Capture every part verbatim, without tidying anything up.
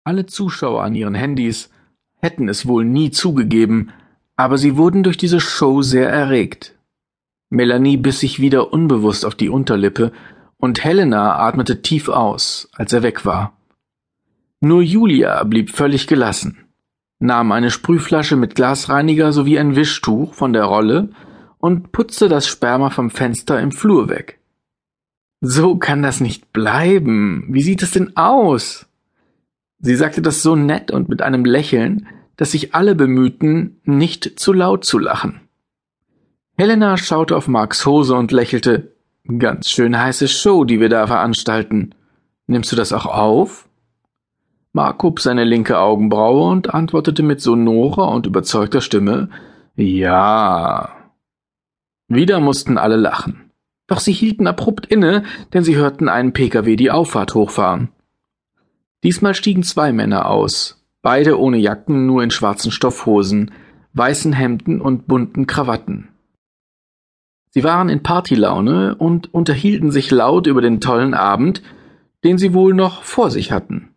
Alle Zuschauer an ihren Handys hätten es wohl nie zugegeben, aber sie wurden durch diese Show sehr erregt. Melanie biss sich wieder unbewusst auf die Unterlippe und Helena atmete tief aus, als er weg war. Nur Julia blieb völlig gelassen, nahm eine Sprühflasche mit Glasreiniger sowie ein Wischtuch von der Rolle und putzte das Sperma vom Fenster im Flur weg. »So kann das nicht bleiben. Wie sieht es denn aus?« Sie sagte das so nett und mit einem Lächeln, dass sich alle bemühten, nicht zu laut zu lachen. Helena schaute auf Marks Hose und lächelte. »Ganz schön heiße Show, die wir da veranstalten. Nimmst du das auch auf?« Mark hob seine linke Augenbraue und antwortete mit sonorer und überzeugter Stimme, »Ja.« Wieder mussten alle lachen. Doch sie hielten abrupt inne, denn sie hörten einen P K W die Auffahrt hochfahren. Diesmal stiegen zwei Männer aus, beide ohne Jacken, nur in schwarzen Stoffhosen, weißen Hemden und bunten Krawatten. Sie waren in Partylaune und unterhielten sich laut über den tollen Abend, den sie wohl noch vor sich hatten.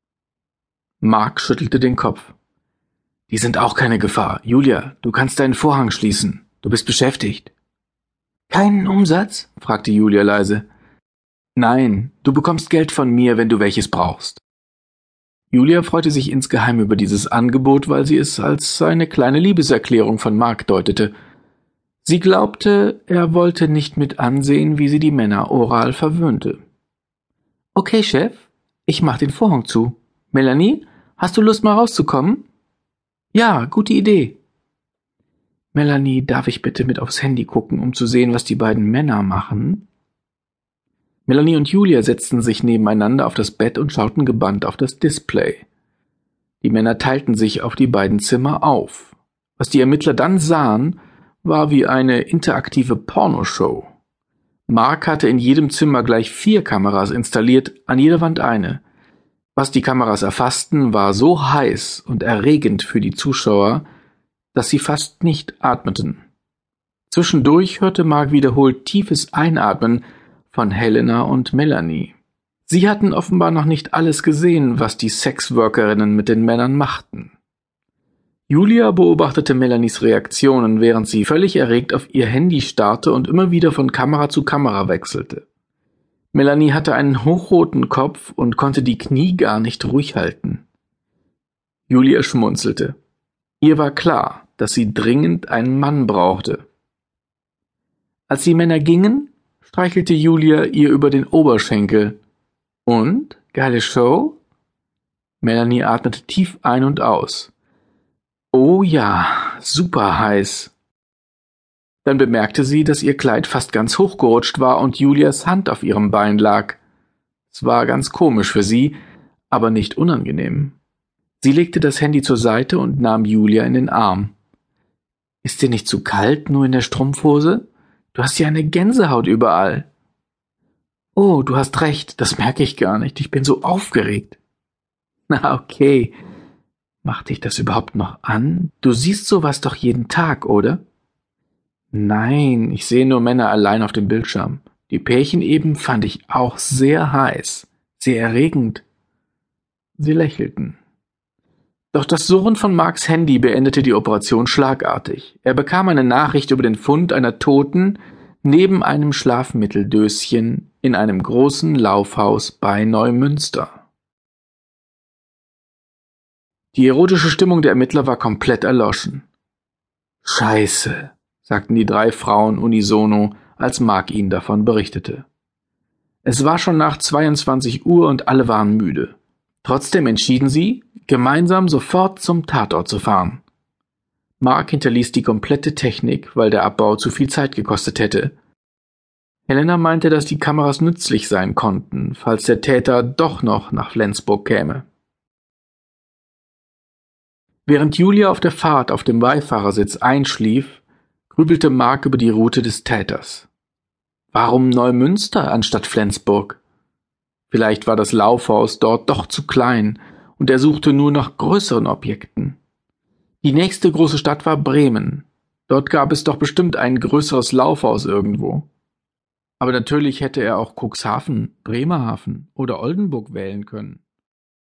Mark schüttelte den Kopf. »Die sind auch keine Gefahr. Julia, du kannst deinen Vorhang schließen. Du bist beschäftigt.« »Keinen Umsatz?« fragte Julia leise. »Nein, du bekommst Geld von mir, wenn du welches brauchst.« Julia freute sich insgeheim über dieses Angebot, weil sie es als eine kleine Liebeserklärung von Mark deutete. Sie glaubte, er wollte nicht mit ansehen, wie sie die Männer oral verwöhnte. »Okay, Chef, ich mach den Vorhang zu. Melanie, hast du Lust, mal rauszukommen?« »Ja, gute Idee.« »Melanie, darf ich bitte mit aufs Handy gucken, um zu sehen, was die beiden Männer machen?« Melanie und Julia setzten sich nebeneinander auf das Bett und schauten gebannt auf das Display. Die Männer teilten sich auf die beiden Zimmer auf. Was die Ermittler dann sahen, war wie eine interaktive Pornoshow. Mark hatte in jedem Zimmer gleich vier Kameras installiert, an jeder Wand eine. Was die Kameras erfassten, war so heiß und erregend für die Zuschauer, dass sie fast nicht atmeten. Zwischendurch hörte Mark wiederholt tiefes Einatmen von Helena und Melanie. Sie hatten offenbar noch nicht alles gesehen, was die Sexworkerinnen mit den Männern machten. Julia beobachtete Melanies Reaktionen, während sie völlig erregt auf ihr Handy starrte und immer wieder von Kamera zu Kamera wechselte. Melanie hatte einen hochroten Kopf und konnte die Knie gar nicht ruhig halten. Julia schmunzelte. Ihr war klar, dass sie dringend einen Mann brauchte. Als die Männer gingen, streichelte Julia ihr über den Oberschenkel. »Und? Geile Show?« Melanie atmete tief ein und aus. »Oh ja, super heiß.« Dann bemerkte sie, dass ihr Kleid fast ganz hochgerutscht war und Julias Hand auf ihrem Bein lag. Es war ganz komisch für sie, aber nicht unangenehm. Sie legte das Handy zur Seite und nahm Julia in den Arm. »Ist dir nicht zu kalt, nur in der Strumpfhose? Du hast ja eine Gänsehaut überall.« »Oh, du hast recht, das merke ich gar nicht. Ich bin so aufgeregt.« »Na, okay. Macht dich das überhaupt noch an? Du siehst sowas doch jeden Tag, oder?« »Nein, ich sehe nur Männer allein auf dem Bildschirm. Die Pärchen eben fand ich auch sehr heiß, sehr erregend.« Sie lächelten. Doch das Surren von Marks Handy beendete die Operation schlagartig. Er bekam eine Nachricht über den Fund einer Toten neben einem Schlafmitteldöschen in einem großen Laufhaus bei Neumünster. Die erotische Stimmung der Ermittler war komplett erloschen. »Scheiße«, sagten die drei Frauen unisono, als Mark ihnen davon berichtete. Es war schon nach zweiundzwanzig Uhr und alle waren müde. Trotzdem entschieden sie, gemeinsam sofort zum Tatort zu fahren. Mark hinterließ die komplette Technik, weil der Abbau zu viel Zeit gekostet hätte. Helena meinte, dass die Kameras nützlich sein konnten, falls der Täter doch noch nach Flensburg käme. Während Julia auf der Fahrt auf dem Beifahrersitz einschlief, grübelte Mark über die Route des Täters. Warum Neumünster anstatt Flensburg? Vielleicht war das Laufhaus dort doch zu klein und er suchte nur nach größeren Objekten. Die nächste große Stadt war Bremen. Dort gab es doch bestimmt ein größeres Laufhaus irgendwo. Aber natürlich hätte er auch Cuxhaven, Bremerhaven oder Oldenburg wählen können.